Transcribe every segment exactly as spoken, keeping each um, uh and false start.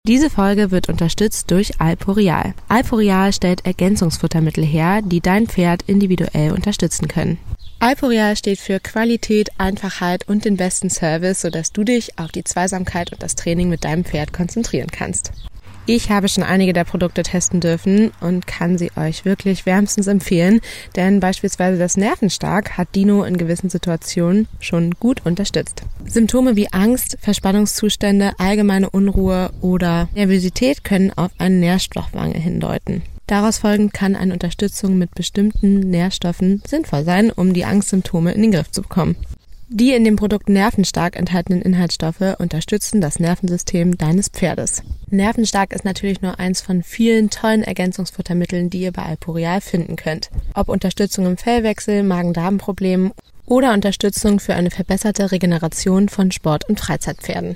Diese Folge wird unterstützt durch Alporeal. Alporeal stellt Ergänzungsfuttermittel her, die dein Pferd individuell unterstützen können. Alporeal steht für Qualität, Einfachheit und den besten Service, sodass du dich auf die Zweisamkeit und das Training mit deinem Pferd konzentrieren kannst. Ich habe schon einige der Produkte testen dürfen und kann sie euch wirklich wärmstens empfehlen, denn beispielsweise das Nervenstark hat Dino in gewissen Situationen schon gut unterstützt. Symptome wie Angst, Verspannungszustände, allgemeine Unruhe oder Nervosität können auf eine Nährstoffmangel hindeuten. Daraus folgend kann eine Unterstützung mit bestimmten Nährstoffen sinnvoll sein, um die Angstsymptome in den Griff zu bekommen. Die in dem Produkt Nervenstark enthaltenen Inhaltsstoffe unterstützen das Nervensystem deines Pferdes. Nervenstark ist natürlich nur eins von vielen tollen Ergänzungsfuttermitteln, die ihr bei Alporeal finden könnt. Ob Unterstützung im Fellwechsel, Magen-Darm-Problemen oder Unterstützung für eine verbesserte Regeneration von Sport- und Freizeitpferden.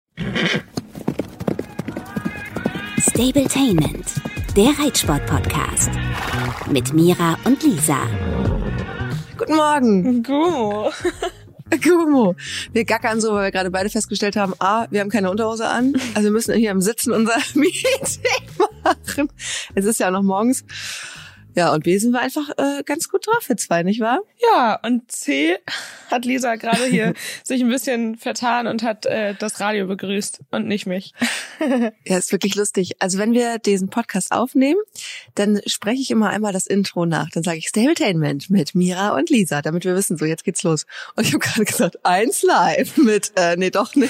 Stabletainment, der Reitsport-Podcast mit Mira und Lisa. Guten Morgen. Gumo. Gumo. Wir gackern so, weil wir gerade beide festgestellt haben, A, wir haben keine Unterhose an, also wir müssen hier im Sitzen unser Meeting machen. Es ist ja auch noch morgens. Ja, und B, sind wir einfach äh, ganz gut drauf für zwei, nicht wahr? Ja, und C hat Lisa gerade hier sich ein bisschen vertan und hat äh, das Radio begrüßt und nicht mich. Ja, ist wirklich lustig. Also wenn wir diesen Podcast aufnehmen, dann spreche ich immer einmal das Intro nach. Dann sage ich Stabletainment mit Mira und Lisa, damit wir wissen, so jetzt geht's los. Und ich habe gerade gesagt, eins live mit, äh, nee, doch nicht.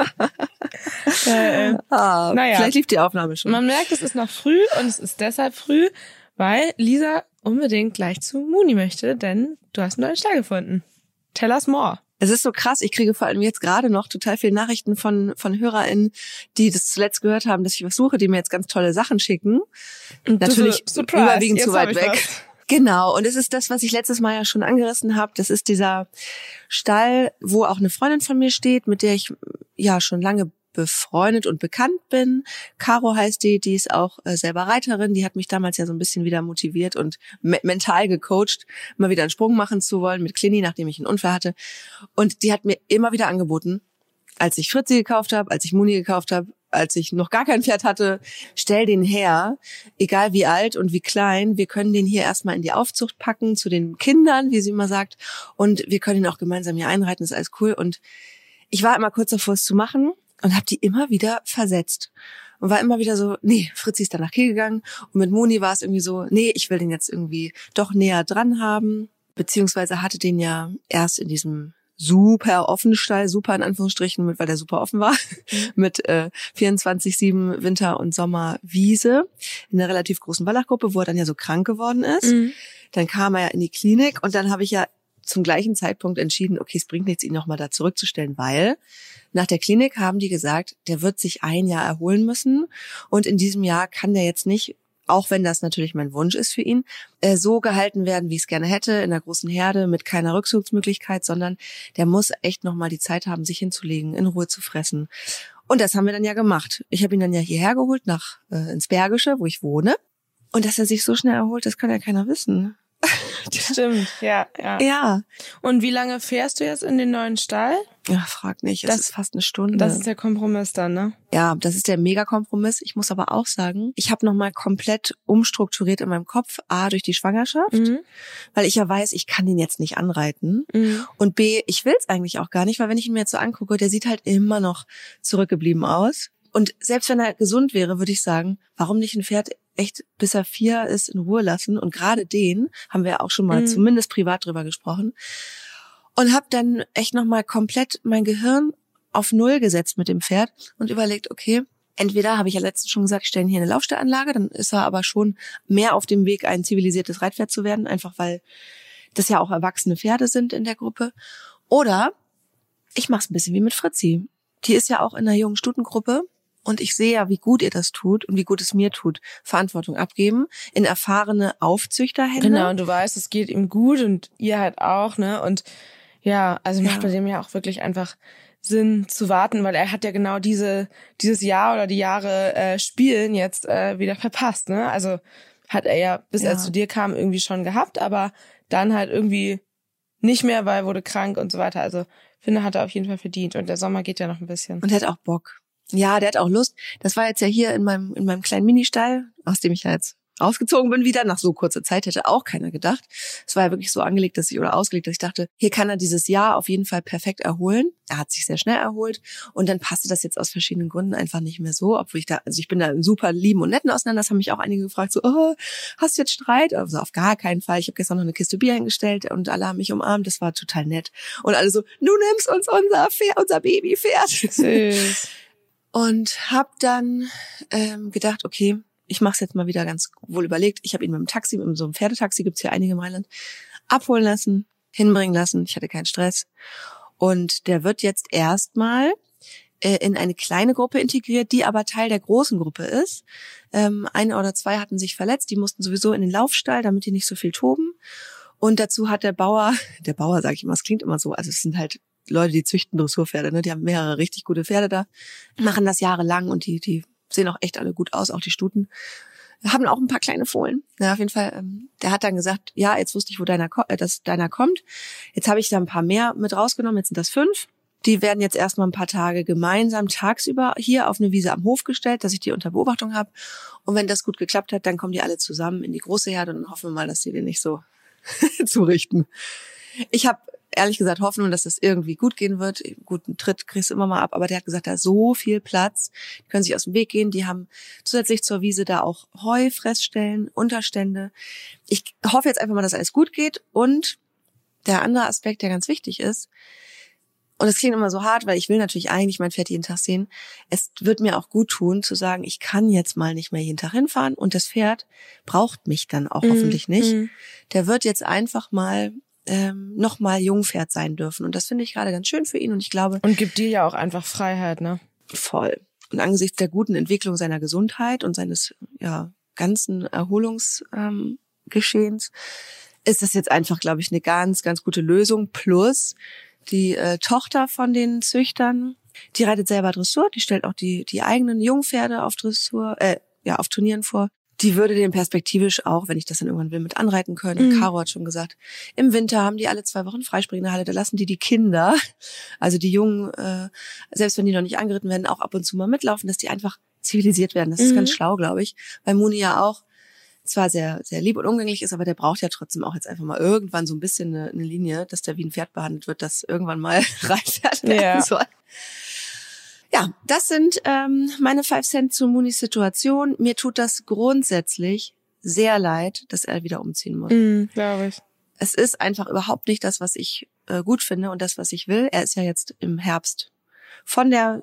äh, äh, ah, naja. Vielleicht lief die Aufnahme schon. Man merkt, es ist noch früh und es ist deshalb früh, weil Lisa unbedingt gleich zu Muni möchte, denn du hast einen neuen Stall gefunden. Tell us more. Es ist so krass, ich kriege vor allem jetzt gerade noch total viele Nachrichten von von HörerInnen, die das zuletzt gehört haben, dass ich was suche, die mir jetzt ganz tolle Sachen schicken. Und natürlich so, Surprise, überwiegend zu weit weg. Was. Genau, und es ist das, was ich letztes Mal ja schon angerissen habe. Das ist dieser Stall, wo auch eine Freundin von mir steht, mit der ich ja schon lange befreundet und bekannt bin. Caro heißt die, die ist auch äh, selber Reiterin, die hat mich damals ja so ein bisschen wieder motiviert und me- mental gecoacht, mal wieder einen Sprung machen zu wollen mit Clini, nachdem ich einen Unfall hatte. Und die hat mir immer wieder angeboten, als ich Fritzi gekauft habe, als ich Muni gekauft habe, als ich noch gar kein Pferd hatte, stell den her, egal wie alt und wie klein, wir können den hier erstmal in die Aufzucht packen, zu den Kindern, wie sie immer sagt, und wir können ihn auch gemeinsam hier einreiten, ist alles cool. Und ich war immer kurz davor, es zu machen, und habe die immer wieder versetzt. Und war immer wieder so, nee, Fritzi ist dann nach Kiel gegangen. Und mit Moni war es irgendwie so, nee, ich will den jetzt irgendwie doch näher dran haben. Beziehungsweise hatte den ja erst in diesem super offenen Stall, super in Anführungsstrichen, mit, weil der super offen war, mhm. mit äh, vierundzwanzig sieben Winter- und Sommerwiese in einer relativ großen Wallachgruppe, wo er dann ja so krank geworden ist. Mhm. Dann kam er ja in die Klinik und dann habe ich ja zum gleichen Zeitpunkt entschieden, okay, es bringt nichts, ihn nochmal da zurückzustellen, weil nach der Klinik haben die gesagt, der wird sich ein Jahr erholen müssen und in diesem Jahr kann der jetzt nicht, auch wenn das natürlich mein Wunsch ist für ihn, äh, so gehalten werden, wie ich es gerne hätte, in einer großen Herde mit keiner Rückzugsmöglichkeit, sondern der muss echt nochmal die Zeit haben, sich hinzulegen, in Ruhe zu fressen. Und das haben wir dann ja gemacht. Ich habe ihn dann ja hierher geholt, nach äh, ins Bergische, wo ich wohne. Und dass er sich so schnell erholt, das kann ja keiner wissen. Stimmt, ja, ja. Ja. Und wie lange fährst du jetzt in den neuen Stall? Ja, frag nicht. Es das ist fast eine Stunde. Das ist der Kompromiss dann, ne? Ja, das ist der Mega-Kompromiss. Ich muss aber auch sagen, ich habe nochmal komplett umstrukturiert in meinem Kopf. A, durch die Schwangerschaft, mhm. weil ich ja weiß, ich kann den jetzt nicht anreiten. Mhm. Und B, ich will es eigentlich auch gar nicht, weil wenn ich ihn mir jetzt so angucke, der sieht halt immer noch zurückgeblieben aus. Und selbst wenn er gesund wäre, würde ich sagen, warum nicht ein Pferd echt, bis er vier ist, in Ruhe lassen. Und gerade den haben wir auch schon mal mhm. zumindest privat drüber gesprochen. Und habe dann echt nochmal komplett mein Gehirn auf Null gesetzt mit dem Pferd und überlegt, okay, entweder habe ich ja letztens schon gesagt, stellen hier eine Laufstellanlage, dann ist er aber schon mehr auf dem Weg, ein zivilisiertes Reitpferd zu werden, einfach weil das ja auch erwachsene Pferde sind in der Gruppe. Oder ich mache es ein bisschen wie mit Fritzi. Die ist ja auch in einer jungen Stutengruppe. Und ich sehe ja, wie gut ihr das tut und wie gut es mir tut. Verantwortung abgeben in erfahrene Aufzüchterhände. Genau, und du weißt, es geht ihm gut und ihr halt auch, ne? Und ja, also macht ja. bei dem ja auch wirklich einfach Sinn zu warten, weil er hat ja genau diese dieses Jahr oder die Jahre äh, Spielen jetzt äh, wieder verpasst, ne? Also hat er ja, bis ja. er zu dir kam, irgendwie schon gehabt, aber dann halt irgendwie nicht mehr, weil er wurde krank und so weiter. Also finde, hat er auf jeden Fall verdient. Und der Sommer geht ja noch ein bisschen. Und er hat auch Bock. Ja, der hat auch Lust. Das war jetzt ja hier in meinem in meinem kleinen Ministall, aus dem ich ja jetzt ausgezogen bin wieder. Nach so kurzer Zeit hätte auch keiner gedacht. Es war ja wirklich so angelegt, dass ich oder ausgelegt, dass ich dachte, hier kann er dieses Jahr auf jeden Fall perfekt erholen. Er hat sich sehr schnell erholt und dann passte das jetzt aus verschiedenen Gründen einfach nicht mehr so, obwohl ich da, also ich bin da im super lieben und netten auseinander. Das haben mich auch einige gefragt, so, oh, hast du jetzt Streit? Also auf gar keinen Fall. Ich habe gestern noch eine Kiste Bier hingestellt und alle haben mich umarmt. Das war total nett. Und alle so, du nimmst uns unser Pferd, unser Babypferd. Süß. Und hab dann ähm, gedacht, okay, ich mache es jetzt mal wieder ganz wohl überlegt. Ich habe ihn mit dem Taxi, mit so einem Pferdetaxi, gibt's hier einige im Rheinland, abholen lassen, hinbringen lassen. Ich hatte keinen Stress. Und der wird jetzt erstmal äh, in eine kleine Gruppe integriert, die aber Teil der großen Gruppe ist. Ähm, eine oder zwei hatten sich verletzt, die mussten sowieso in den Laufstall, damit die nicht so viel toben. Und dazu hat der Bauer, der Bauer sage ich immer, es klingt immer so, also es sind halt Leute, die züchten Dressurpferde, ne? Die haben mehrere richtig gute Pferde da, machen das jahrelang und die die sehen auch echt alle gut aus, auch die Stuten. Wir haben auch ein paar kleine Fohlen. Ja, auf jeden Fall, ähm, der hat dann gesagt, ja, jetzt wusste ich, wo deiner, äh, dass deiner kommt. Jetzt habe ich da ein paar mehr mit rausgenommen, jetzt sind das fünf. Die werden jetzt erstmal ein paar Tage gemeinsam tagsüber hier auf eine Wiese am Hof gestellt, dass ich die unter Beobachtung habe. Und wenn das gut geklappt hat, dann kommen die alle zusammen in die große Herde und dann hoffen wir mal, dass die den nicht so zurichten. Ich habe ehrlich gesagt Hoffnung, dass das irgendwie gut gehen wird. Guten Tritt kriegst du immer mal ab, aber der hat gesagt, da ist so viel Platz. Die können sich aus dem Weg gehen. Die haben zusätzlich zur Wiese da auch Heu, Fressstellen, Unterstände. Ich hoffe jetzt einfach mal, dass alles gut geht. Und der andere Aspekt, der ganz wichtig ist, und es klingt immer so hart, weil ich will natürlich eigentlich mein Pferd jeden Tag sehen. Es wird mir auch gut tun, zu sagen, ich kann jetzt mal nicht mehr jeden Tag hinfahren und das Pferd braucht mich dann auch mm, hoffentlich nicht. Mm. Der wird jetzt einfach mal ähm, noch mal Jungpferd sein dürfen. Und das finde ich gerade ganz schön für ihn. Und ich glaube... Und gibt dir ja auch einfach Freiheit, ne? Voll. Und angesichts der guten Entwicklung seiner Gesundheit und seines ja ganzen Erholungsgeschehens ähm, ist das jetzt einfach, glaube ich, eine ganz, ganz gute Lösung. Plus die äh, Tochter von den Züchtern, die reitet selber Dressur. Die stellt auch die die eigenen Jungpferde auf Dressur, äh, ja auf Turnieren vor. Die würde den perspektivisch auch, wenn ich das dann irgendwann will, mit anreiten können. Mhm. Caro hat schon gesagt, im Winter haben die alle zwei Wochen Freispringen in der Halle. Da lassen die die Kinder, also die Jungen, äh, selbst wenn die noch nicht angeritten werden, auch ab und zu mal mitlaufen, dass die einfach zivilisiert werden. Das ist mhm. ganz schlau, glaube ich. Weil Muni ja auch zwar sehr sehr lieb und umgänglich ist, aber der braucht ja trotzdem auch jetzt einfach mal irgendwann so ein bisschen eine, eine Linie, dass der wie ein Pferd behandelt wird, das irgendwann mal Reitpferd werden ja. soll. Ja, das sind ähm, meine Five Cent zu Munis Situation. Mir tut das grundsätzlich sehr leid, dass er wieder umziehen muss. Mm, glaube ich. Es ist einfach überhaupt nicht das, was ich äh, gut finde und das, was ich will. Er ist ja jetzt im Herbst von der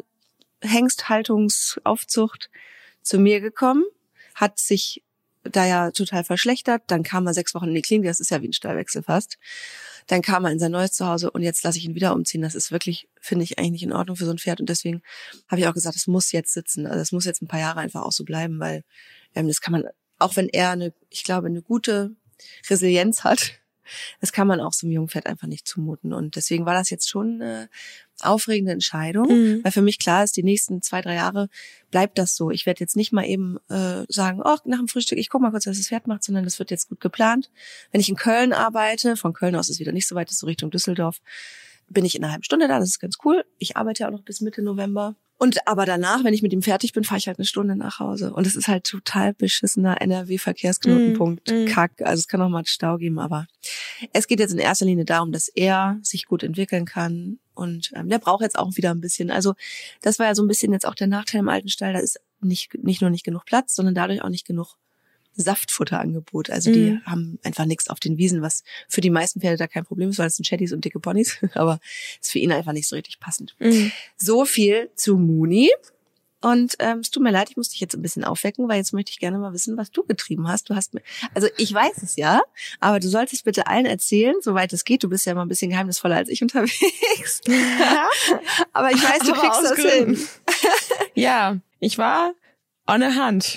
Hengsthaltungsaufzucht zu mir gekommen, hat sich da ja total verschlechtert. Dann kam er sechs Wochen in die Klinik, das ist ja wie ein Stallwechsel fast. Dann kam er in sein neues Zuhause und jetzt lasse ich ihn wieder umziehen. Das ist wirklich, finde ich, eigentlich nicht in Ordnung für so ein Pferd. Und deswegen habe ich auch gesagt, es muss jetzt sitzen. Also es muss jetzt ein paar Jahre einfach auch so bleiben, weil ähm, das kann man, auch wenn er eine, ich glaube, eine gute Resilienz hat, das kann man auch so einem Jungpferd einfach nicht zumuten. Und deswegen war das jetzt schon eine aufregende Entscheidung, mhm. weil für mich klar ist, die nächsten zwei, drei Jahre bleibt das so. Ich werde jetzt nicht mal eben äh, sagen, oh, nach dem Frühstück, ich guck mal kurz, was das Pferd macht, sondern das wird jetzt gut geplant. Wenn ich in Köln arbeite, von Köln aus ist wieder nicht so weit, das ist so Richtung Düsseldorf, bin ich in einer halben Stunde da, das ist ganz cool. Ich arbeite ja auch noch bis Mitte November. Und aber danach, wenn ich mit ihm fertig bin, fahre ich halt eine Stunde nach Hause. Und es ist halt total beschissener N R W-Verkehrsknotenpunkt. Mm, mm. Kack. Also es kann auch mal Stau geben, aber es geht jetzt in erster Linie darum, dass er sich gut entwickeln kann. Und ähm, der braucht jetzt auch wieder ein bisschen. Also das war ja so ein bisschen jetzt auch der Nachteil im alten Stall. Da ist nicht nicht nur nicht genug Platz, sondern dadurch auch nicht genug Saftfutterangebot. Also die mm. haben einfach nichts auf den Wiesen, was für die meisten Pferde da kein Problem ist, weil es sind Shetties und dicke Ponys. Aber ist für ihn einfach nicht so richtig passend. Mm. So viel zu Muni. Und ähm, es tut mir leid, ich muss dich jetzt ein bisschen aufwecken, weil jetzt möchte ich gerne mal wissen, was du getrieben hast. Du hast mir, also ich weiß es ja, aber du solltest bitte allen erzählen, soweit es geht. Du bist ja mal ein bisschen geheimnisvoller als ich unterwegs. Ja. Aber ich weiß, du aber kriegst das Gründen. hin. Ja, ich war on a hunt.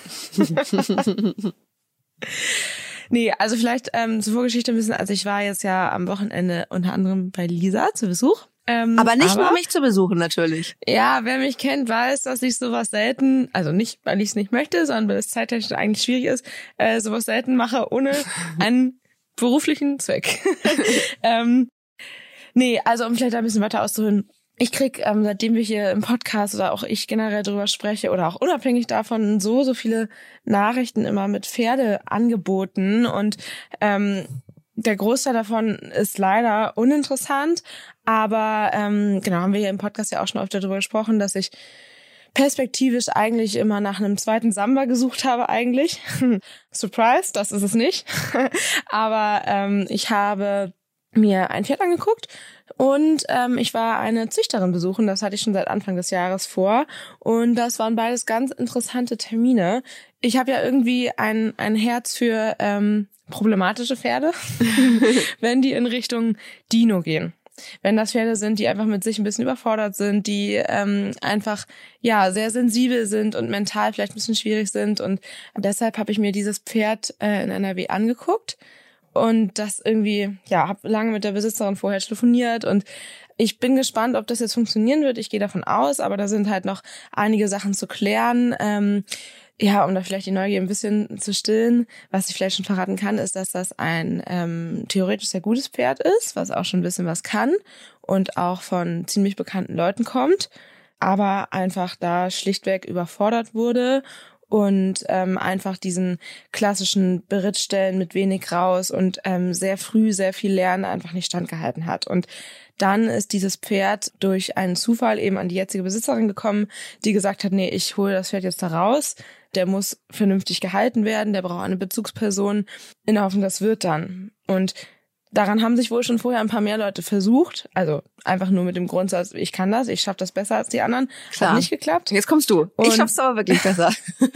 Nee, also vielleicht ähm, zur Vorgeschichte ein bisschen, also ich war jetzt ja am Wochenende unter anderem bei Lisa zu Besuch. Ähm, aber nicht aber, nur mich zu besuchen, natürlich. Ja, wer mich kennt, weiß, dass ich sowas selten, also nicht, weil ich es nicht möchte, sondern weil es zeittechnisch eigentlich schwierig ist, äh, sowas selten mache, ohne einen beruflichen Zweck. ähm, nee, also um vielleicht ein bisschen weiter auszuholen, ich krieg, ähm, seitdem wir hier im Podcast oder auch ich generell drüber spreche oder auch unabhängig davon so, so viele Nachrichten immer mit Pferde angeboten und ähm, der Großteil davon ist leider uninteressant, aber ähm, genau, haben wir hier im Podcast ja auch schon öfter darüber gesprochen, dass ich perspektivisch eigentlich immer nach einem zweiten Samba gesucht habe eigentlich. Surprise, das ist es nicht. Aber ähm, ich habe mir ein Pferd angeguckt und ähm, ich war eine Züchterin besuchen. Das hatte ich schon seit Anfang des Jahres vor. Und das waren beides ganz interessante Termine. Ich habe ja irgendwie ein ein Herz für ähm, problematische Pferde, wenn die in Richtung Dino gehen. Wenn das Pferde sind, die einfach mit sich ein bisschen überfordert sind, die ähm, einfach ja sehr sensibel sind und mental vielleicht ein bisschen schwierig sind. Und deshalb habe ich mir dieses Pferd äh, in N R W angeguckt und das irgendwie, ja, habe lange mit der Besitzerin vorher telefoniert und ich bin gespannt, ob das jetzt funktionieren wird. Ich gehe davon aus, aber da sind halt noch einige Sachen zu klären. Ähm, Ja, um da vielleicht die Neugier ein bisschen zu stillen, was ich vielleicht schon verraten kann, ist, dass das ein ähm, theoretisch sehr gutes Pferd ist, was auch schon ein bisschen was kann und auch von ziemlich bekannten Leuten kommt, aber einfach da schlichtweg überfordert wurde und ähm, einfach diesen klassischen Berittstellen mit wenig raus und ähm, sehr früh sehr viel Lernen einfach nicht standgehalten hat. Und dann ist dieses Pferd durch einen Zufall eben an die jetzige Besitzerin gekommen, die gesagt hat, nee, ich hole das Pferd jetzt da raus. Der muss vernünftig gehalten werden, der braucht eine Bezugsperson. In der Hoffnung, das wird dann. Und daran haben sich wohl schon vorher ein paar mehr Leute versucht. Also einfach nur mit dem Grundsatz, ich kann das, ich schaffe das besser als die anderen. Klar. Hat nicht geklappt. Jetzt kommst du. Und ich schaff's aber wirklich besser.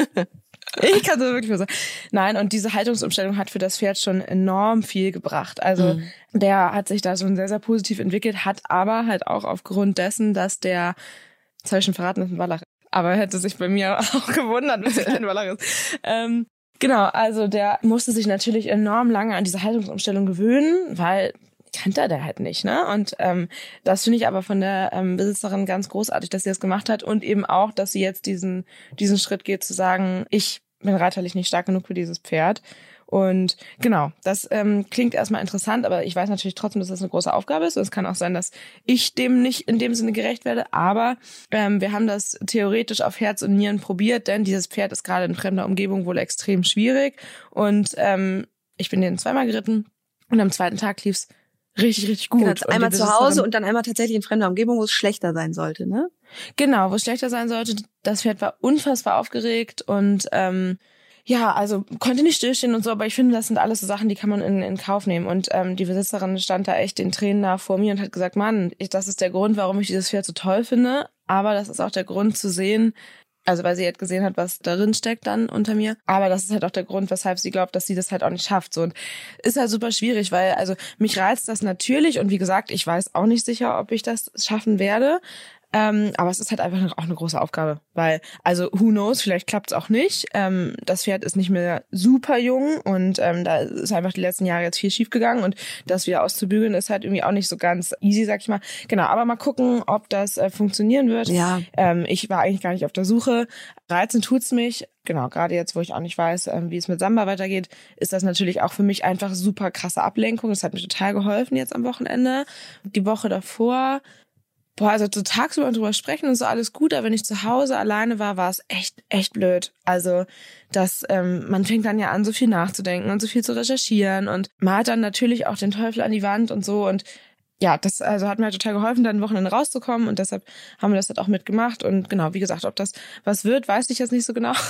Ich kann es wirklich besser. Nein, und diese Haltungsumstellung hat für das Pferd schon enorm viel gebracht. Also mhm. der hat sich da schon sehr, sehr positiv entwickelt, hat aber halt auch aufgrund dessen, dass der, das habe ich schon verraten, das ist ein Wallach, aber hätte sich bei mir auch gewundert, wenn es kein Wallach ist. Ähm, genau, also der musste sich natürlich enorm lange an diese Haltungsumstellung gewöhnen, weil kannte der halt nicht, ne? Und ähm, das finde ich aber von der ähm, Besitzerin ganz großartig, dass sie das gemacht hat und eben auch, dass sie jetzt diesen diesen Schritt geht, zu sagen, ich bin reiterlich nicht stark genug für dieses Pferd. Und genau, das ähm, klingt erstmal interessant, aber ich weiß natürlich trotzdem, dass das eine große Aufgabe ist. Und es kann auch sein, dass ich dem nicht in dem Sinne gerecht werde. Aber ähm, wir haben das theoretisch auf Herz und Nieren probiert, denn dieses Pferd ist gerade in fremder Umgebung wohl extrem schwierig. Und ähm, ich bin den zweimal geritten und am zweiten Tag lief's richtig, richtig gut. Genau, einmal zu Hause und dann einmal tatsächlich in fremder Umgebung, wo es schlechter sein sollte, ne? Genau, wo es schlechter sein sollte. Das Pferd war unfassbar aufgeregt und ähm, ja, also konnte nicht stillstehen und so, aber ich finde, das sind alles so Sachen, die kann man in, in Kauf nehmen. Und ähm, die Besitzerin stand da echt den Tränen nah vor mir und hat gesagt, Mann, ich, das ist der Grund, warum ich dieses Pferd so toll finde, aber das ist auch der Grund zu sehen, also weil sie halt gesehen hat, was darin steckt dann unter mir. Aber das ist halt auch der Grund, weshalb sie glaubt, dass sie das halt auch nicht schafft. So, und ist halt super schwierig, weil also mich reizt das natürlich. Und wie gesagt, ich weiß auch nicht sicher, ob ich das schaffen werde. Ähm, aber es ist halt einfach auch eine große Aufgabe, weil, also who knows, vielleicht klappt's auch nicht. Ähm, das Pferd ist nicht mehr super jung und ähm, da ist einfach die letzten Jahre jetzt viel schief gegangen und das wieder auszubügeln ist halt irgendwie auch nicht so ganz easy, sag ich mal. Genau, aber mal gucken, ob das äh, funktionieren wird. Ja. Ähm, ich war eigentlich gar nicht auf der Suche. Reizen tut's mich. Genau, gerade jetzt, wo ich auch nicht weiß, ähm, wie es mit Samba weitergeht, ist das natürlich auch für mich einfach super krasse Ablenkung. Das hat mir total geholfen jetzt am Wochenende. Die Woche davor Boah, also so tagsüber drüber sprechen und so alles gut, aber wenn ich zu Hause alleine war, war es echt, echt blöd. Also, dass ähm, man fängt dann ja an, so viel nachzudenken und so viel zu recherchieren und man hat dann natürlich auch den Teufel an die Wand und so und ja, das also hat mir halt total geholfen, dann ein Wochenende rauszukommen und deshalb haben wir das halt auch mitgemacht und genau, wie gesagt, ob das was wird, weiß ich jetzt nicht so genau,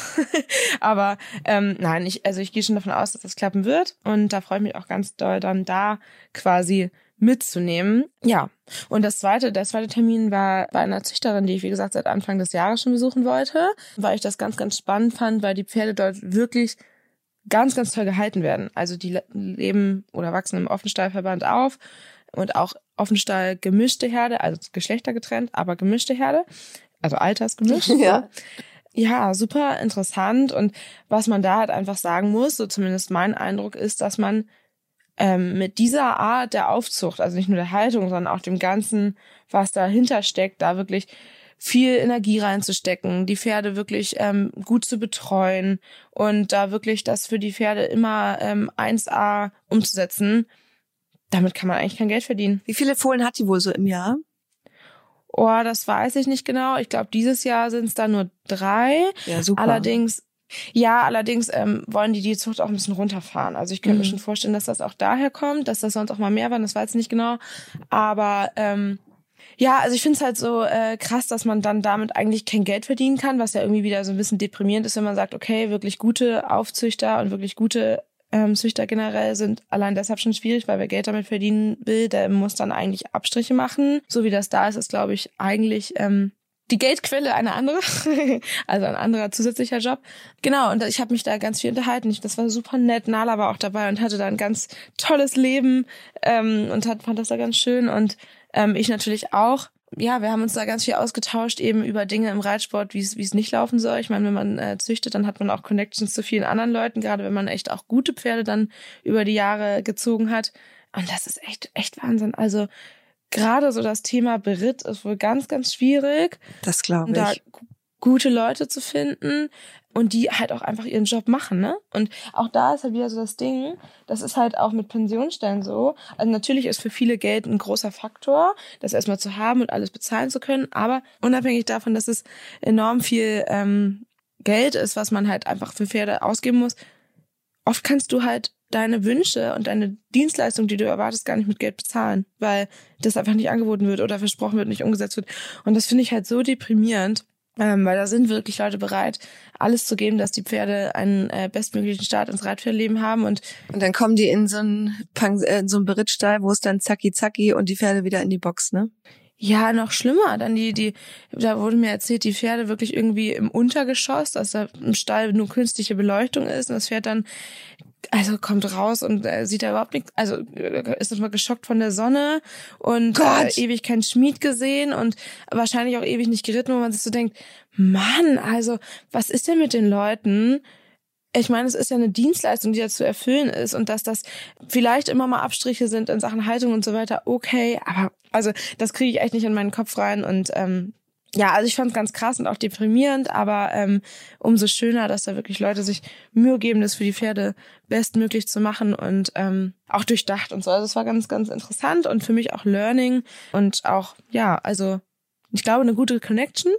aber ähm, nein, ich also ich gehe schon davon aus, dass das klappen wird und da freue ich mich auch ganz doll dann da quasi mitzunehmen. Ja, und das zweite, der zweite Termin war bei einer Züchterin, die ich, wie gesagt, seit Anfang des Jahres schon besuchen wollte, weil ich das ganz, ganz spannend fand, weil die Pferde dort wirklich ganz, ganz toll gehalten werden. Also die leben oder wachsen im Offenstallverband auf und auch Offenstall gemischte Herde, also geschlechtergetrennt, aber gemischte Herde, also altersgemischt. Ja. Ja, super interessant und was man da halt einfach sagen muss, so zumindest mein Eindruck ist, dass man Ähm, mit dieser Art der Aufzucht, also nicht nur der Haltung, sondern auch dem Ganzen, was dahinter steckt, da wirklich viel Energie reinzustecken, die Pferde wirklich ähm, gut zu betreuen und da wirklich das für die Pferde immer ähm, eins A umzusetzen, damit kann man eigentlich kein Geld verdienen. Wie viele Fohlen hat die wohl so im Jahr? Oh, das weiß ich nicht genau. Ich glaube, dieses Jahr sind es da nur drei. Ja, super. Allerdings, ja, allerdings ähm, wollen die die Zucht auch ein bisschen runterfahren. Also ich könnte Mhm. mir schon vorstellen, dass das auch daher kommt, dass das sonst auch mal mehr waren. Das weiß ich nicht genau. Aber ähm, ja, also ich finde es halt so äh, krass, dass man dann damit eigentlich kein Geld verdienen kann, was ja irgendwie wieder so ein bisschen deprimierend ist, wenn man sagt, okay, wirklich gute Aufzüchter und wirklich gute ähm, Züchter generell sind allein deshalb schon schwierig, weil wer Geld damit verdienen will, der muss dann eigentlich Abstriche machen. So wie das da ist, ist, glaube ich, eigentlich ähm, die Geldquelle eine andere, also ein anderer zusätzlicher Job. Genau, und ich habe mich da ganz viel unterhalten. Ich, das war super nett. Nala war auch dabei und hatte da ein ganz tolles Leben ähm, und hat, fand das da ganz schön. Und ähm, ich natürlich auch. Ja, wir haben uns da ganz viel ausgetauscht, eben über Dinge im Reitsport, wie es wie es nicht laufen soll. Ich meine, wenn man äh, züchtet, dann hat man auch Connections zu vielen anderen Leuten, gerade wenn man echt auch gute Pferde dann über die Jahre gezogen hat. Und das ist echt echt Wahnsinn. Also gerade so das Thema Beritt ist wohl ganz, ganz schwierig. Das glaube ich. Da g- gute Leute zu finden und die halt auch einfach ihren Job machen, ne? Und auch da ist halt wieder so das Ding, das ist halt auch mit Pensionsstellen so. Also natürlich ist für viele Geld ein großer Faktor, das erstmal zu haben und alles bezahlen zu können, aber unabhängig davon, dass es enorm viel ähm, Geld ist, was man halt einfach für Pferde ausgeben muss, oft kannst du halt deine Wünsche und deine Dienstleistung, die du erwartest, gar nicht mit Geld bezahlen, weil das einfach nicht angeboten wird oder versprochen wird, nicht umgesetzt wird. Und das finde ich halt so deprimierend, ähm, weil da sind wirklich Leute bereit, alles zu geben, dass die Pferde einen äh, bestmöglichen Start ins Reitpferdleben haben. Und Und dann kommen die in so einen, Pang- äh, in so einen Berittstall, wo es dann zacki zacki und die Pferde wieder in die Box, ne? ja, noch schlimmer, dann die, die, da wurde mir erzählt, die Pferde wirklich irgendwie im Untergeschoss, dass da im Stall nur künstliche Beleuchtung ist und das Pferd dann, also kommt raus und äh, sieht da überhaupt nichts, also äh, ist nochmal geschockt von der Sonne und äh, ewig kein Schmied gesehen und wahrscheinlich auch ewig nicht geritten, wo man sich so denkt, Mann, also was ist denn mit den Leuten? Ich meine, es ist ja eine Dienstleistung, die da zu erfüllen ist und dass das vielleicht immer mal Abstriche sind in Sachen Haltung und so weiter, okay, aber also das kriege ich echt nicht in meinen Kopf rein und ähm, ja, also ich fand es ganz krass und auch deprimierend, aber ähm, umso schöner, dass da wirklich Leute sich Mühe geben, das für die Pferde bestmöglich zu machen und ähm, auch durchdacht und so. Also es war ganz, ganz interessant und für mich auch Learning und auch, ja, also ich glaube, eine gute Connection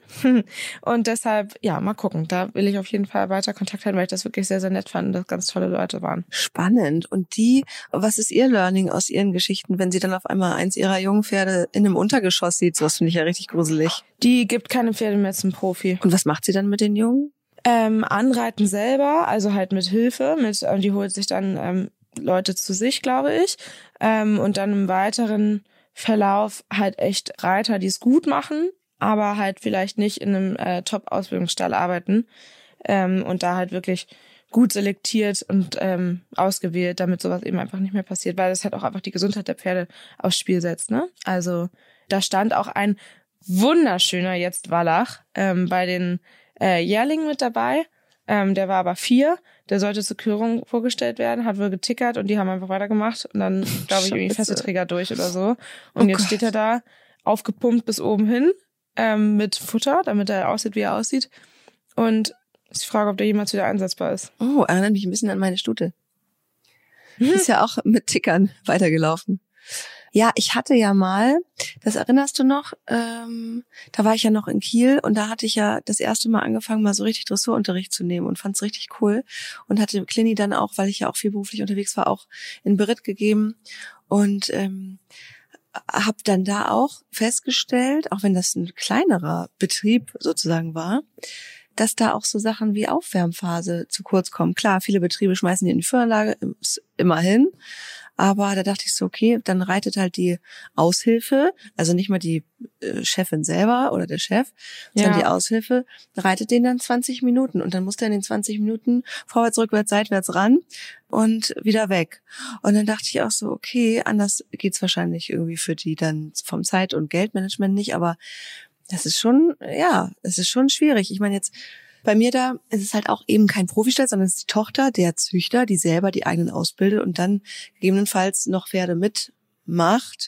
und deshalb, ja, mal gucken. Da will ich auf jeden Fall weiter Kontakt halten, weil ich das wirklich sehr, sehr nett fand und das ganz tolle Leute waren. Spannend. Und die, was ist ihr Learning aus ihren Geschichten, wenn sie dann auf einmal eins ihrer jungen Pferde in einem Untergeschoss sieht? Sowas finde ich ja richtig gruselig. Die gibt keine Pferde mehr zum Profi. Und was macht sie dann mit den Jungen? Ähm, anreiten selber, also halt mit Hilfe, mit, äh, die holt sich dann ähm, Leute zu sich, glaube ich, ähm, und dann im weiteren Verlauf halt echt Reiter, die es gut machen, aber halt vielleicht nicht in einem äh, Top-Ausbildungsstall arbeiten ähm, und da halt wirklich gut selektiert und ähm, ausgewählt, damit sowas eben einfach nicht mehr passiert, weil das halt auch einfach die Gesundheit der Pferde aufs Spiel setzt, ne? Also da stand auch ein wunderschöner jetzt Wallach ähm, bei den äh, Jährlingen mit dabei. Ähm, der war aber vier, der sollte zur Körung vorgestellt werden, hat wohl getickert und die haben einfach weitergemacht und dann, glaube ich, irgendwie Fesselträger durch oder so. Und Oh jetzt Gott. steht er da, aufgepumpt bis oben hin, ähm, mit Futter, damit er aussieht, wie er aussieht. Und ist die Frage, ob der jemals wieder einsetzbar ist. Oh, erinnert mich ein bisschen an meine Stute. Die ist ja auch mit Tickern weitergelaufen. Ja, ich hatte ja mal, das erinnerst du noch, ähm, da war ich ja noch in Kiel und da hatte ich ja das erste Mal angefangen, mal so richtig Dressurunterricht zu nehmen und fand es richtig cool und hatte Clini dann auch, weil ich ja auch viel beruflich unterwegs war, auch in Beritt gegeben und ähm, habe dann da auch festgestellt, auch wenn das ein kleinerer Betrieb sozusagen war, dass da auch so Sachen wie Aufwärmphase zu kurz kommen. Klar, viele Betriebe schmeißen die in die Föhranlage, immerhin. Aber da dachte ich so, okay, dann reitet halt die Aushilfe, also nicht mal die äh, Chefin selber oder der Chef, sondern Ja. die Aushilfe, reitet den dann zwanzig Minuten. Und dann muss der in den zwanzig Minuten vorwärts, rückwärts, seitwärts ran und wieder weg. Und dann dachte ich auch so, okay, anders geht's wahrscheinlich irgendwie für die dann vom Zeit- und Geldmanagement nicht, aber das ist schon, ja, das ist schon schwierig. Ich meine jetzt, bei mir da ist es halt auch eben kein Profistall, sondern es ist die Tochter der Züchter, die selber die eigenen ausbildet und dann gegebenenfalls noch Pferde mitmacht.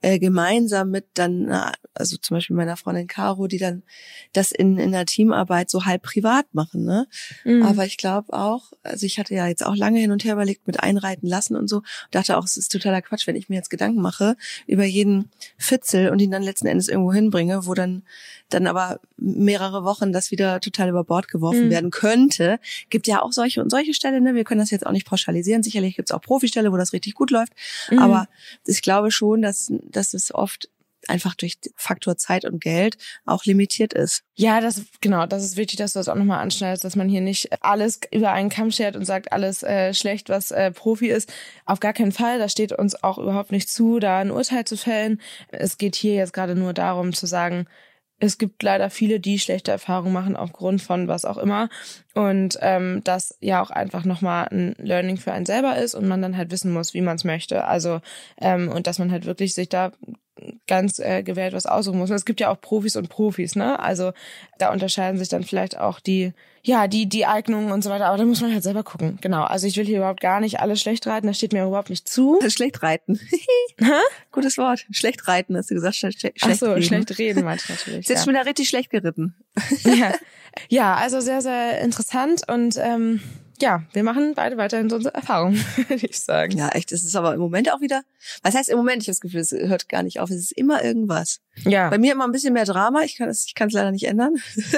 äh, gemeinsam mit dann, also zum Beispiel meiner Freundin Caro, die dann das in, in der Teamarbeit so halb privat machen, ne? Mhm. Aber ich glaube auch, also ich hatte ja jetzt auch lange hin und her überlegt mit einreiten lassen und so, und dachte auch, es ist totaler Quatsch, wenn ich mir jetzt Gedanken mache über jeden Fitzel und ihn dann letzten Endes irgendwo hinbringe, wo dann dann aber mehrere Wochen das wieder total über Bord geworfen mhm. werden könnte. Gibt ja auch solche und solche Stellen, ne? Wir können das jetzt auch nicht pauschalisieren. Sicherlich gibt es auch Profistelle, wo das richtig gut läuft. Mhm. Aber ich glaube schon, dass, dass es oft einfach durch Faktor Zeit und Geld auch limitiert ist. Ja, das genau, das ist wichtig, dass du das auch nochmal anschneidest, dass man hier nicht alles über einen Kamm schert und sagt, alles äh, schlecht, was äh, Profi ist. Auf gar keinen Fall, das steht uns auch überhaupt nicht zu, da ein Urteil zu fällen. Es geht hier jetzt gerade nur darum zu sagen, es gibt leider viele, die schlechte Erfahrungen machen aufgrund von was auch immer und ähm, das ja auch einfach nochmal ein Learning für einen selber ist und man dann halt wissen muss, wie man es möchte. Also ähm, und dass man halt wirklich sich da ganz äh, gewählt was aussuchen muss. Und es gibt ja auch Profis und Profis, ne? Also da unterscheiden sich dann vielleicht auch die, ja, die die Eignungen und so weiter. Aber da muss man halt selber gucken. Genau. Also ich will hier überhaupt gar nicht alles schlecht reiten. Das steht mir überhaupt nicht zu. Schlecht reiten. Gutes Wort. Schlecht reiten, hast du gesagt. Schlecht, schlecht Ach so, reden. schlecht reden meinte ich natürlich. Jetzt ja. Schon wieder richtig schlecht geritten. ja. ja, also sehr, sehr interessant und ähm, ja, wir machen beide weiterhin so unsere Erfahrungen, würde ich sagen. Ja, echt. Es ist aber im Moment auch wieder, was heißt im Moment? Ich habe das Gefühl, es hört gar nicht auf. Es ist immer irgendwas. Ja. Bei mir immer ein bisschen mehr Drama. Ich kann es, ich kann es leider nicht ändern.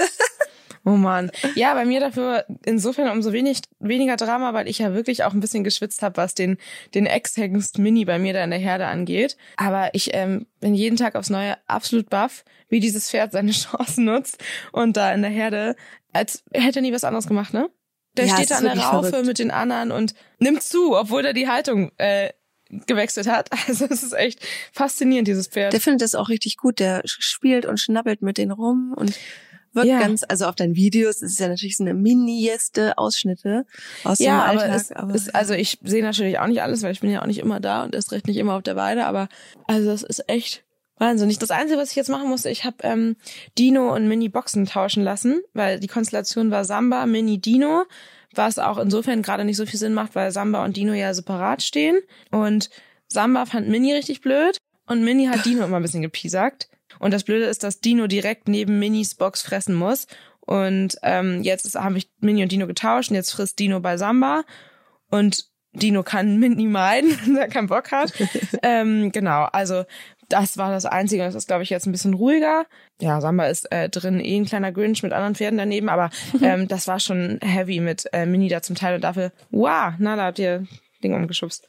Oh Mann. Ja, bei mir dafür insofern umso wenig, weniger Drama, weil ich ja wirklich auch ein bisschen geschwitzt habe, was den den Ex-Hengst Mini bei mir da in der Herde angeht. Aber ich ähm, bin jeden Tag aufs Neue absolut baff, wie dieses Pferd seine Chancen nutzt und da in der Herde, als hätte er nie was anderes gemacht, ne? Der ja, steht da an der Raufe verrückt. Mit den anderen und nimmt zu, obwohl er die Haltung äh, gewechselt hat. Also es ist echt faszinierend, dieses Pferd. Der findet das auch richtig gut. Der spielt und schnappelt mit denen rum und wirkt ja. ganz, also auf deinen Videos, es ist ja natürlich so eine minieste Ausschnitte aus ja, dem Alltag. Aber es aber ist, also ich sehe natürlich auch nicht alles, weil ich bin ja auch nicht immer da und erst recht nicht immer auf der Weide, aber also das ist echt wahnsinnig. Das Einzige, was ich jetzt machen musste, ich habe ähm, Dino und Mini Boxen tauschen lassen, weil die Konstellation war Samba, Mini, Dino, was auch insofern gerade nicht so viel Sinn macht, weil Samba und Dino ja separat stehen und Samba fand Mini richtig blöd und Mini hat Dino immer ein bisschen gepiesackt. Und das Blöde ist, dass Dino direkt neben Minis Box fressen muss. Und ähm, jetzt habe ich Mini und Dino getauscht und jetzt frisst Dino bei Samba. Und Dino kann Mini meiden, wenn er keinen Bock hat. ähm, genau, also das war das Einzige. Das ist, glaube ich, jetzt ein bisschen ruhiger. Ja, Samba ist äh, drin eh ein kleiner Grinch mit anderen Pferden daneben. Aber ähm, das war schon heavy mit äh, Mini da zum Teil. Und dafür, wow, na, da habt ihr Ding umgeschubst.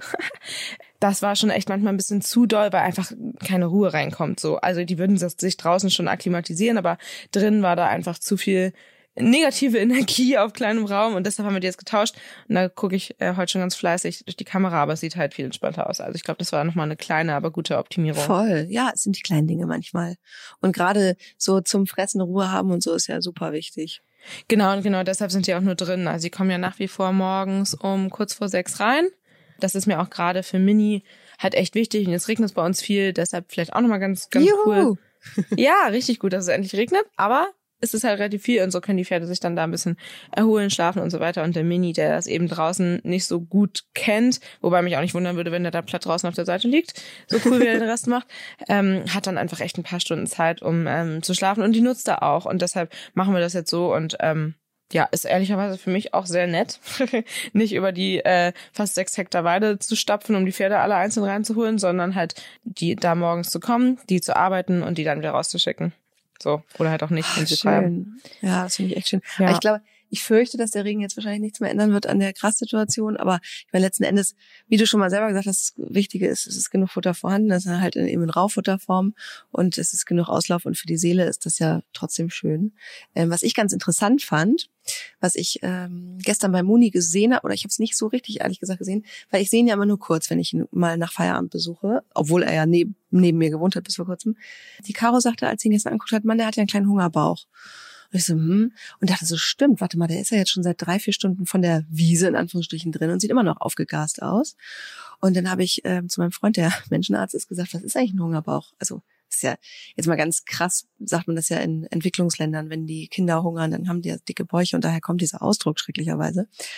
Das war schon echt manchmal ein bisschen zu doll, weil einfach keine Ruhe reinkommt. So, also die würden sich draußen schon akklimatisieren, aber drin war da einfach zu viel negative Energie auf kleinem Raum und deshalb haben wir die jetzt getauscht. Und da gucke ich äh, heute schon ganz fleißig durch die Kamera, aber es sieht halt viel entspannter aus. Also ich glaube, das war nochmal eine kleine, aber gute Optimierung. Voll, ja, es sind die kleinen Dinge manchmal. Und gerade so zum Fressen Ruhe haben und so ist ja super wichtig. Genau, und genau deshalb sind die auch nur drin. Also die kommen ja nach wie vor morgens um kurz vor sechs rein. Das ist mir auch gerade für Mini halt echt wichtig. Und jetzt regnet es bei uns viel, deshalb vielleicht auch nochmal ganz, ganz Juhu. cool. Ja, richtig gut, dass es endlich regnet, aber es ist halt relativ viel und so können die Pferde sich dann da ein bisschen erholen, schlafen und so weiter. Und der Mini, der das eben draußen nicht so gut kennt, wobei mich auch nicht wundern würde, wenn der da platt draußen auf der Seite liegt, so cool wie er den Rest macht, ähm, hat dann einfach echt ein paar Stunden Zeit, um ähm, zu schlafen und die nutzt er auch. Und deshalb machen wir das jetzt so und ähm, ja, ist ehrlicherweise für mich auch sehr nett, nicht über die äh, fast sechs Hektar Weide zu stapfen, um die Pferde alle einzeln reinzuholen, sondern halt die da morgens zu kommen, die zu arbeiten und die dann wieder rauszuschicken. So, oder halt auch nicht, wenn sie frei haben. Ja, das finde ich echt schön. Ja. Aber ich glaube, ich fürchte, dass der Regen jetzt wahrscheinlich nichts mehr ändern wird an der Krass-Situation, aber ich meine, letzten Endes, wie du schon mal selber gesagt hast, das Wichtige ist, es ist genug Futter vorhanden, das ist halt eben in Raufutterform und es ist genug Auslauf und für die Seele ist das ja trotzdem schön. Ähm, was ich ganz interessant fand, was ich ähm, gestern bei Muni gesehen habe, oder ich habe es nicht so richtig ehrlich gesagt gesehen, weil ich sehe ihn ja immer nur kurz, wenn ich ihn mal nach Feierabend besuche, obwohl er ja neb, neben mir gewohnt hat bis vor kurzem. Die Caro sagte, als sie ihn gestern angeguckt hat, Mann, der hat ja einen kleinen Hungerbauch. Und ich so, hm, und dachte so, stimmt, warte mal, der ist ja jetzt schon seit drei, vier Stunden von der Wiese in Anführungsstrichen drin und sieht immer noch aufgegast aus. Und dann habe ich ähm, zu meinem Freund, der Menschenarzt ist, gesagt, was ist eigentlich ein Hungerbauch? Also ist ja jetzt mal ganz krass, sagt man das ja in Entwicklungsländern, wenn die Kinder hungern, dann haben die ja dicke Bäuche und daher kommt dieser Ausdruck schrecklicherweise.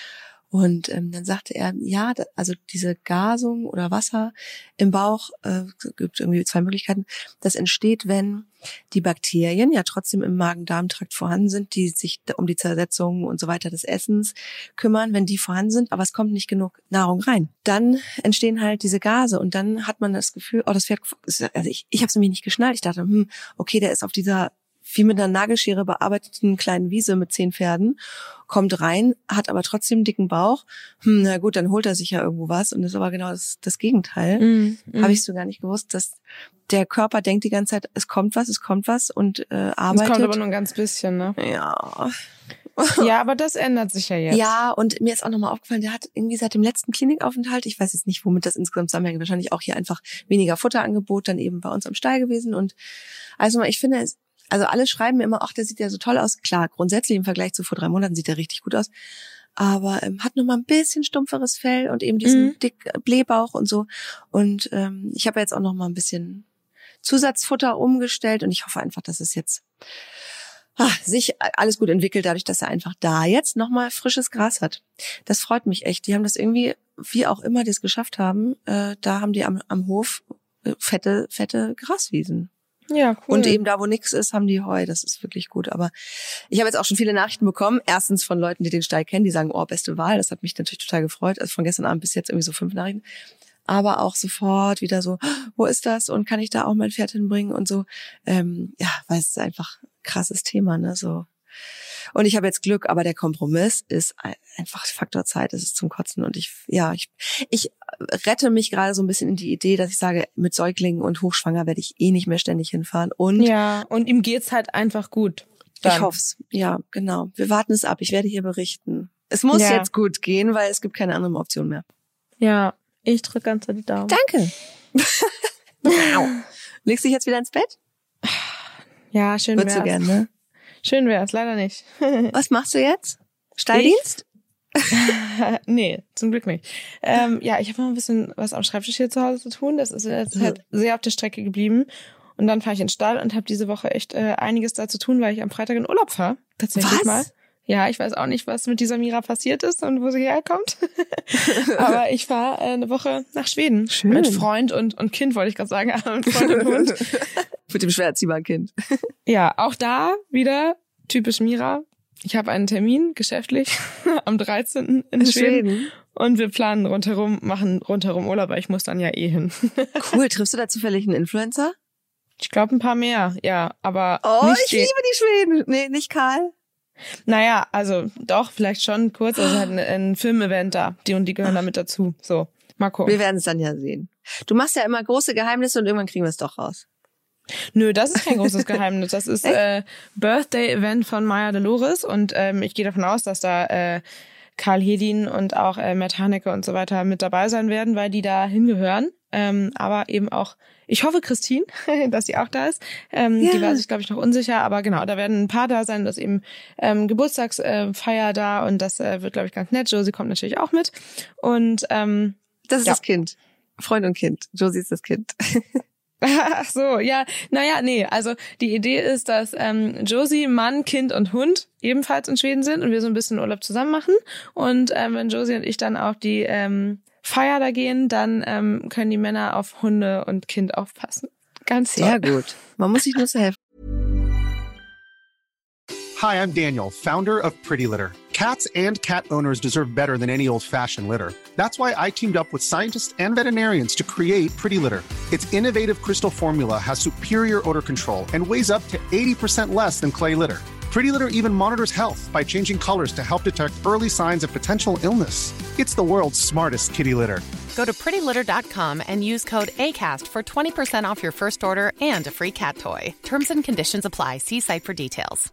Und ähm, dann sagte er, ja, da, also diese Gasung oder Wasser im Bauch, äh, gibt irgendwie zwei Möglichkeiten, das entsteht, wenn die Bakterien ja trotzdem im Magen-Darm-Trakt vorhanden sind, die sich um die Zersetzung und so weiter des Essens kümmern, wenn die vorhanden sind, aber es kommt nicht genug Nahrung rein. Dann entstehen halt diese Gase und dann hat man das Gefühl, oh, das Pferd, also ich, ich habe es nämlich nicht geschnallt. Ich dachte, hm, okay, der ist auf dieser wie mit einer Nagelschere bearbeiteten kleinen Wiese mit zehn Pferden, kommt rein, hat aber trotzdem einen dicken Bauch. Hm, na gut, dann holt er sich ja irgendwo was. Und das ist aber genau das, das Gegenteil. Mm, mm. Habe ich so gar nicht gewusst, dass der Körper denkt die ganze Zeit, es kommt was, es kommt was und äh, arbeitet. Es kommt aber nur ein ganz bisschen, ne? Ja. Ja, aber das ändert sich ja jetzt. Ja, und mir ist auch nochmal aufgefallen, der hat irgendwie seit dem letzten Klinikaufenthalt, ich weiß jetzt nicht, womit das insgesamt zusammenhängt, wahrscheinlich auch hier einfach weniger Futterangebot, dann eben bei uns am Stall gewesen. Und also ich finde, es Also alle schreiben mir immer, ach, der sieht ja so toll aus. Klar, grundsätzlich im Vergleich zu vor drei Monaten sieht er richtig gut aus. Aber ähm, hat noch mal ein bisschen stumpferes Fell und eben diesen mhm. dick Blähbauch und so. Und ähm, ich habe jetzt auch noch mal ein bisschen Zusatzfutter umgestellt. Und ich hoffe einfach, dass es jetzt ah, sich alles gut entwickelt, dadurch, dass er einfach da jetzt noch mal frisches Gras hat. Das freut mich echt. Die haben das irgendwie, wie auch immer die es geschafft haben, äh, da haben die am, am Hof äh, fette, fette Graswiesen. Ja, cool. Und eben da, wo nichts ist, haben die Heu. Das ist wirklich gut. Aber ich habe jetzt auch schon viele Nachrichten bekommen. Erstens von Leuten, die den Stall kennen, die sagen, oh, beste Wahl. Das hat mich natürlich total gefreut. Also von gestern Abend bis jetzt irgendwie so fünf Nachrichten. Aber auch sofort wieder so, wo ist das? Und kann ich da auch mein Pferd hinbringen? Und so. Ähm, ja, weil es ist einfach ein krasses Thema, ne? So. Und ich habe jetzt Glück, aber der Kompromiss ist einfach Faktor Zeit, es ist zum Kotzen. Und ich, ja, ich, ich rette mich gerade so ein bisschen in die Idee, dass ich sage, mit Säuglingen und hochschwanger werde ich eh nicht mehr ständig hinfahren. Und ja, und ihm geht's halt einfach gut. Dann. Ich hoff's. Ja, genau. Wir warten es ab. Ich werde hier berichten. Es muss ja. jetzt gut gehen, weil es gibt keine andere Option mehr. Ja, ich drücke ganz die Daumen. Danke. Wow. Legst du dich jetzt wieder ins Bett? Ja, schön wär's. Würdest du gerne, ne? Schön wär's, leider nicht. Was machst du jetzt? Stalldienst? Nee, zum Glück nicht. Ähm, ja, ich habe noch ein bisschen was am Schreibtisch hier zu Hause zu tun. Das ist jetzt halt sehr auf der Strecke geblieben. Und dann fahre ich in den Stall und habe diese Woche echt äh, einiges da zu tun, weil ich am Freitag in Urlaub fahre. Tatsächlich was? mal. Ja, ich weiß auch nicht, was mit dieser Mira passiert ist und wo sie herkommt. Aber ich fahre äh, eine Woche nach Schweden. Schön. Mit Freund und, und Kind, wollte ich gerade sagen. mit Freund und Hund. Mit dem schwer erziehbaren Kind. Ja, auch da wieder typisch Mira. Ich habe einen Termin, geschäftlich, am dreizehnten in, in Schweden. Schweden. Und wir planen rundherum, machen rundherum Urlaub, weil ich muss dann ja eh hin. Cool, triffst du da zufällig einen Influencer? Ich glaube ein paar mehr, ja, aber oh, nicht ich liebe die Schweden. Nee, nicht Karl? Naja, also doch, vielleicht schon kurz, also halt ein, ein Filmevent da, die und die gehören da mit dazu. So, mal gucken. Wir werden es dann ja sehen. Du machst ja immer große Geheimnisse und irgendwann kriegen wir es doch raus. Nö, das ist kein großes Geheimnis. Das ist äh, Birthday-Event von Maya Dolores und ähm, ich gehe davon aus, dass da äh, Karl Hedin und auch äh, Matt Haneke und so weiter mit dabei sein werden, weil die da hingehören. Ähm, aber eben auch, ich hoffe Christine, dass sie auch da ist. Ähm, ja. Die war sich, glaube ich, noch unsicher. Aber genau, da werden ein paar da sein. Das ist eben ähm, Geburtstagsfeier äh, da und das äh, wird, glaube ich, ganz nett. Josie kommt natürlich auch mit. Und ähm, das ist ja. das Kind. Freund und Kind. Josie ist das Kind. Ach so, ja, naja, nee, also die Idee ist, dass ähm, Josie, Mann, Kind und Hund ebenfalls in Schweden sind und wir so ein bisschen Urlaub zusammen machen und ähm, wenn Josie und ich dann auf die ähm, Feier da gehen, dann ähm, können die Männer auf Hunde und Kind aufpassen. Ganz toll. Sehr gut. Man muss sich nur so helfen. Hi, I'm Daniel, founder of Pretty Litter. Cats and cat owners deserve better than any old-fashioned litter. That's why I teamed up with scientists and veterinarians to create Pretty Litter. Its innovative crystal formula has superior odor control and weighs up to eighty percent less than clay litter. Pretty Litter even monitors health by changing colors to help detect early signs of potential illness. It's the world's smartest kitty litter. Go to pretty litter dot com and use code ACAST for twenty percent off your first order and a free cat toy. Terms and conditions apply. See site for details.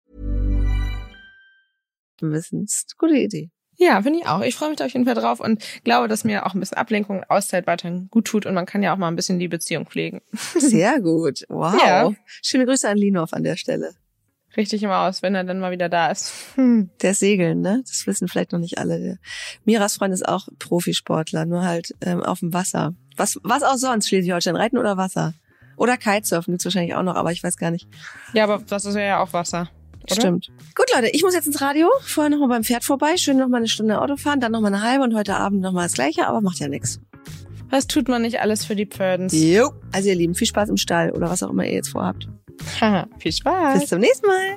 Wissen. Das ist eine gute Idee. Ja, finde ich auch. Ich freue mich da auf jeden Fall drauf und glaube, dass mir auch ein bisschen Ablenkung, Auszeit weiterhin gut tut und man kann ja auch mal ein bisschen die Beziehung pflegen. Sehr gut. Wow. Ja. Schöne Grüße an Linov an der Stelle. Richtig immer aus, wenn er dann mal wieder da ist. Hm. Der Segeln, ne? Das wissen vielleicht noch nicht alle. Der Miras Freund ist auch Profisportler, nur halt ähm, auf dem Wasser. Was was auch sonst, Schleswig-Holstein, Reiten oder Wasser? Oder Kitesurfen gibt's wahrscheinlich auch noch, aber ich weiß gar nicht. Ja, aber das ist ja auch Wasser. oder? Stimmt. Gut, Leute, ich muss jetzt ins Radio. Vorher noch mal beim Pferd vorbei. Schön noch mal eine Stunde Auto fahren, dann noch mal eine halbe und heute Abend noch mal das Gleiche, aber macht ja nichts. Was tut man nicht alles für die Pferdens? Jo. Also ihr Lieben, viel Spaß im Stall oder was auch immer ihr jetzt vorhabt. Haha, viel Spaß. Bis zum nächsten Mal.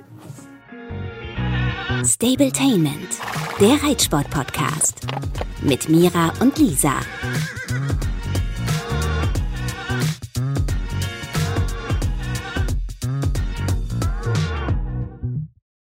Stabletainment, der Reitsport-Podcast mit Mira und Lisa.